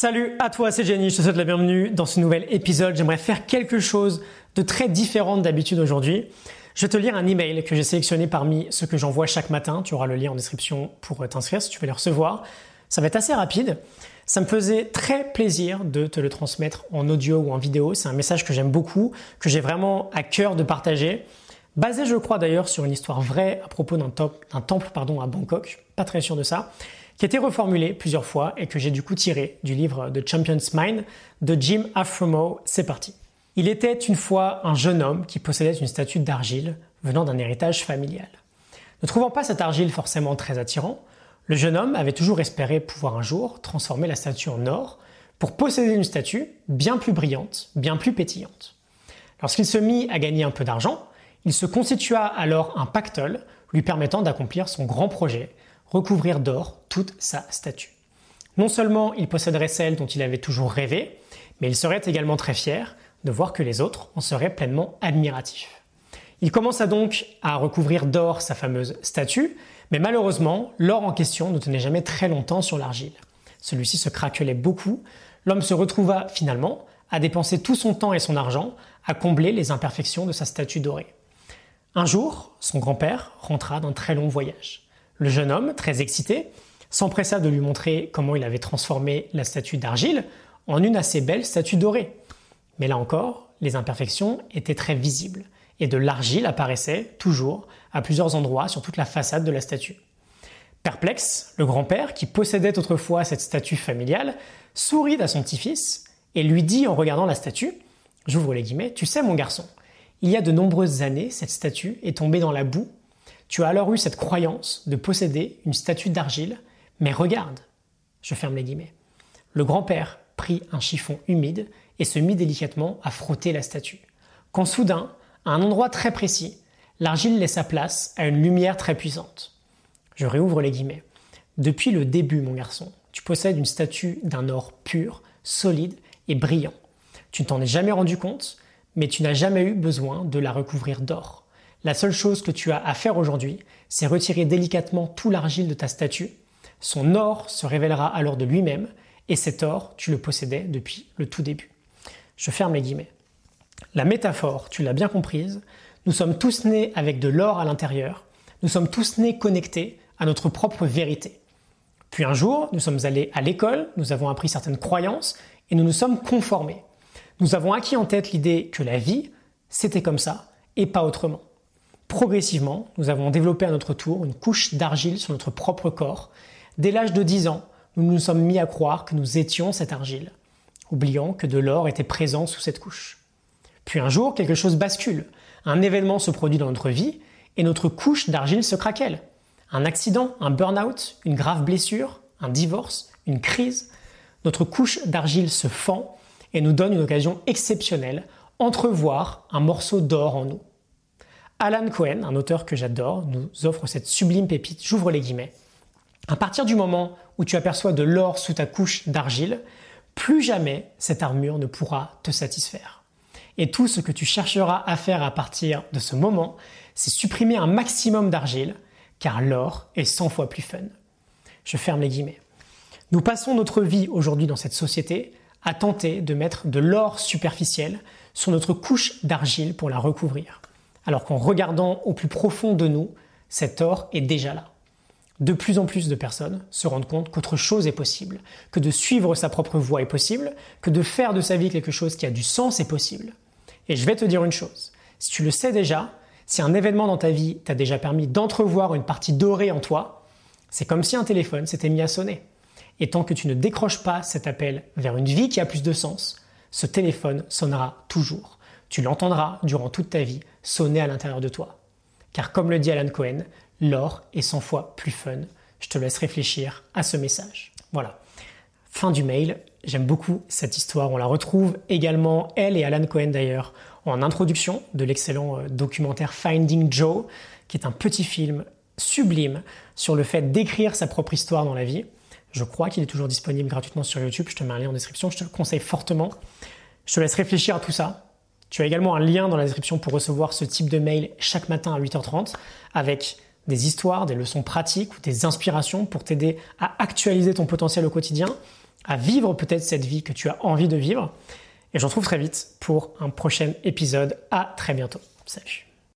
Salut à toi, c'est Jenny, je te souhaite la bienvenue dans ce nouvel épisode. J'aimerais faire quelque chose de très différent d'habitude aujourd'hui. Je vais te lire un email que j'ai sélectionné parmi ceux que j'envoie chaque matin. Tu auras le lien en description pour t'inscrire si tu veux les recevoir. Ça va être assez rapide. Ça me faisait très plaisir de te le transmettre en audio ou en vidéo. C'est un message que j'aime beaucoup, que j'ai vraiment à cœur de partager. Basé, je crois d'ailleurs, sur une histoire vraie à propos d'un temple à Bangkok. Pas très sûr de ça. Qui a été reformulé plusieurs fois et que j'ai du coup tiré du livre The Champion's Mind de Jim Afremow. C'est parti. Il était une fois un jeune homme qui possédait une statue d'argile venant d'un héritage familial. Ne trouvant pas cette argile forcément très attirant, le jeune homme avait toujours espéré pouvoir un jour transformer la statue en or pour posséder une statue bien plus brillante, bien plus pétillante. Lorsqu'il se mit à gagner un peu d'argent, il se constitua alors un pactole lui permettant d'accomplir son grand projet, recouvrir d'or toute sa statue. Non seulement il posséderait celle dont il avait toujours rêvé, mais il serait également très fier de voir que les autres en seraient pleinement admiratifs. Il commença donc à recouvrir d'or sa fameuse statue, mais malheureusement, l'or en question ne tenait jamais très longtemps sur l'argile. Celui-ci se craquelait beaucoup, l'homme se retrouva finalement à dépenser tout son temps et son argent à combler les imperfections de sa statue dorée. Un jour, son grand-père rentra d'un très long voyage. Le jeune homme, très excité, s'empressa de lui montrer comment il avait transformé la statue d'argile en une assez belle statue dorée. Mais là encore, les imperfections étaient très visibles et de l'argile apparaissait toujours à plusieurs endroits sur toute la façade de la statue. Perplexe, le grand-père, qui possédait autrefois cette statue familiale, sourit à son petit-fils et lui dit en regardant la statue, j'ouvre les guillemets, « Tu sais mon garçon, il y a de nombreuses années, cette statue est tombée dans la boue. Tu as alors eu cette croyance de posséder une statue d'argile, mais regarde !» Je ferme les guillemets. Le grand-père prit un chiffon humide et se mit délicatement à frotter la statue. Quand soudain, à un endroit très précis, l'argile laissa place à une lumière très puissante. Je réouvre les guillemets. Depuis le début, mon garçon, tu possèdes une statue d'un or pur, solide et brillant. Tu ne t'en es jamais rendu compte, mais tu n'as jamais eu besoin de la recouvrir d'or. La seule chose que tu as à faire aujourd'hui, c'est retirer délicatement tout l'argile de ta statue. Son or se révélera alors de lui-même, et cet or, tu le possédais depuis le tout début. Je ferme les guillemets. La métaphore, tu l'as bien comprise, nous sommes tous nés avec de l'or à l'intérieur, nous sommes tous nés connectés à notre propre vérité. Puis un jour, nous sommes allés à l'école, nous avons appris certaines croyances, et nous nous sommes conformés. Nous avons acquis en tête l'idée que la vie, c'était comme ça, et pas autrement. Progressivement, nous avons développé à notre tour une couche d'argile sur notre propre corps. Dès l'âge de 10 ans, nous nous sommes mis à croire que nous étions cette argile, oubliant que de l'or était présent sous cette couche. Puis un jour, quelque chose bascule. Un événement se produit dans notre vie et notre couche d'argile se craquelle. Un accident, un burn-out, une grave blessure, un divorce, une crise. Notre couche d'argile se fend et nous donne une occasion exceptionnelle, entrevoir un morceau d'or en nous. Alan Cohen, un auteur que j'adore, nous offre cette sublime pépite, j'ouvre les guillemets. À partir du moment où tu aperçois de l'or sous ta couche d'argile, plus jamais cette armure ne pourra te satisfaire. Et tout ce que tu chercheras à faire à partir de ce moment, c'est supprimer un maximum d'argile, car l'or est 100 fois plus fun. Je ferme les guillemets. Nous passons notre vie aujourd'hui dans cette société à tenter de mettre de l'or superficiel sur notre couche d'argile pour la recouvrir. Alors qu'en regardant au plus profond de nous, cet or est déjà là. De plus en plus de personnes se rendent compte qu'autre chose est possible, que de suivre sa propre voie est possible, que de faire de sa vie quelque chose qui a du sens est possible. Et je vais te dire une chose, si tu le sais déjà, si un événement dans ta vie t'a déjà permis d'entrevoir une partie dorée en toi, c'est comme si un téléphone s'était mis à sonner. Et tant que tu ne décroches pas cet appel vers une vie qui a plus de sens, ce téléphone sonnera toujours. Tu l'entendras durant toute ta vie sonner à l'intérieur de toi. Car comme le dit Alan Cohen, l'or est 100 fois plus fun. Je te laisse réfléchir à ce message. Voilà. Fin du mail. J'aime beaucoup cette histoire. On la retrouve également, elle et Alan Cohen d'ailleurs, en introduction de l'excellent documentaire Finding Joe, qui est un petit film sublime sur le fait d'écrire sa propre histoire dans la vie. Je crois qu'il est toujours disponible gratuitement sur YouTube. Je te mets un lien en description. Je te le conseille fortement. Je te laisse réfléchir à tout ça. Tu as également un lien dans la description pour recevoir ce type de mail chaque matin à 8h30 avec des histoires, des leçons pratiques ou des inspirations pour t'aider à actualiser ton potentiel au quotidien. à vivre peut-être cette vie que tu as envie de vivre. Et je te retrouve très vite pour un prochain épisode. À très bientôt. Salut.